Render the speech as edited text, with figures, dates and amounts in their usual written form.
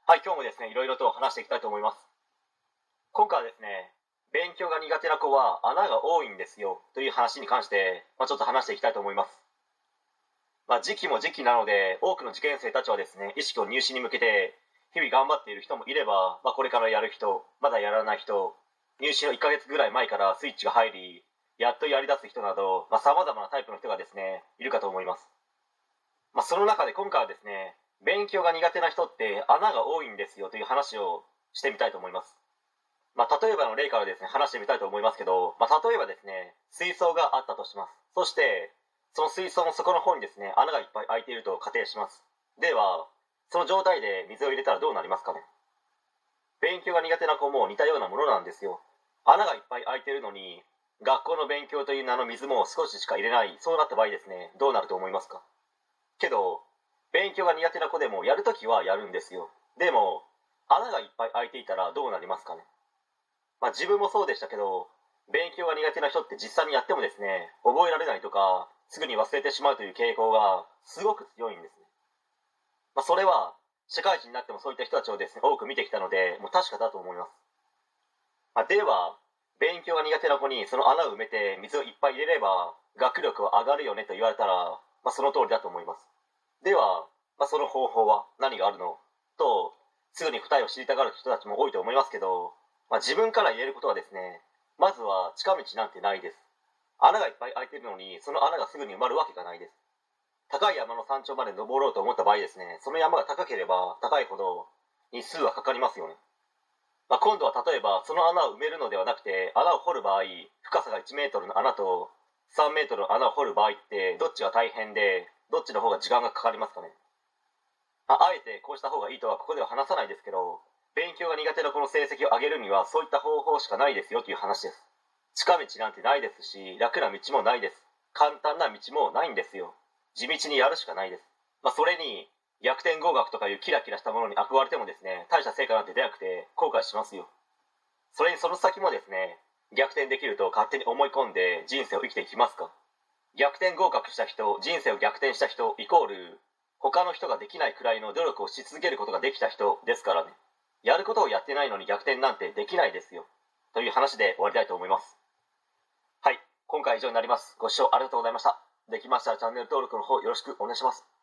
はい、今日もですね、いろいろと話していきたいと思います。今回はですね、勉強が苦手な子は穴が多いんですよという話に関して、ちょっと話していきたいと思います。時期も時期なので、多くの受験生たちはですね、意識を入試に向けて、日々頑張っている人もいれば、これからやる人、まだやらない人、入試の1ヶ月ぐらい前からスイッチが入り、やっとやり出す人など、様々なタイプの人がですね、いるかと思います。その中で今回はですね、勉強が苦手な人って穴が多いんですよという話をしてみたいと思います。例えばの例からですね、話してみたいと思いますけど、例えばですね、水槽があったとします。そして、その水槽の底の方にですね、穴がいっぱい開いていると仮定します。では、その状態で水を入れたらどうなりますかね。勉強が苦手な子も似たようなものなんですよ。穴がいっぱい開いているのに、学校の勉強という名の水も少ししか入れない、そうなった場合ですね、どうなると思いますか。けど、勉強が苦手な子でもやるときはやるんですよ。でも、穴がいっぱい開いていたらどうなりますかね。自分もそうでしたけど、勉強が苦手な人って実際にやってもですね、覚えられないとか、すぐに忘れてしまうという傾向がすごく強いんですね。それは、社会人になってもそういった人たちをですね、多く見てきたので、もう確かだと思います。では、勉強が苦手な子にその穴を埋めて水をいっぱい入れれば、学力は上がるよねと言われたら、その通りだと思います。では、その方法は何があるのと、すぐに答えを知りたがる人たちも多いと思いますけど、自分から言えることはですね、まずは近道なんてないです。穴がいっぱい開いているのに、その穴がすぐに埋まるわけがないです。高い山の山頂まで登ろうと思った場合ですね、その山が高ければ高いほど日数はかかりますよね。今度は例えばその穴を埋めるのではなくて、穴を掘る場合、深さが1メートルの穴と3メートルの穴を掘る場合ってどっちが大変で、どっちの方が時間がかかりますかね。あえてこうした方がいいとはここでは話さないですけど、勉強が苦手なこの成績を上げるにはそういった方法しかないですよという話です。近道なんてないですし、楽な道もないです。簡単な道もないんですよ。地道にやるしかないです。それに逆転合格とかいうキラキラしたものに憧れてもですね、大した成果なんて出なくて後悔しますよ。それにその先もですね、逆転できると勝手に思い込んで人生を生きていきますか。逆転合格した人、人生を逆転した人イコール他の人ができないくらいの努力をし続けることができた人ですからね。やることをやってないのに逆転なんてできないですよという話で終わりたいと思います。はい、今回は以上になります。ご視聴ありがとうございました。できましたらチャンネル登録の方よろしくお願いします。